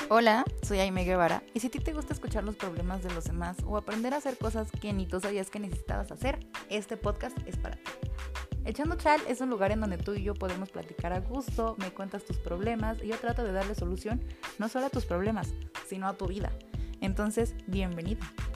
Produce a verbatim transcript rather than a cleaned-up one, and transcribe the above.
Hola, soy Aime Guevara y si a ti te gusta escuchar los problemas de los demás o aprender a hacer cosas que ni tú sabías que necesitabas hacer, este podcast es para ti. Echando Chal es un lugar en donde tú y yo podemos platicar a gusto, me cuentas tus problemas y yo trato de darle solución no solo a tus problemas, sino a tu vida. Entonces, bienvenido.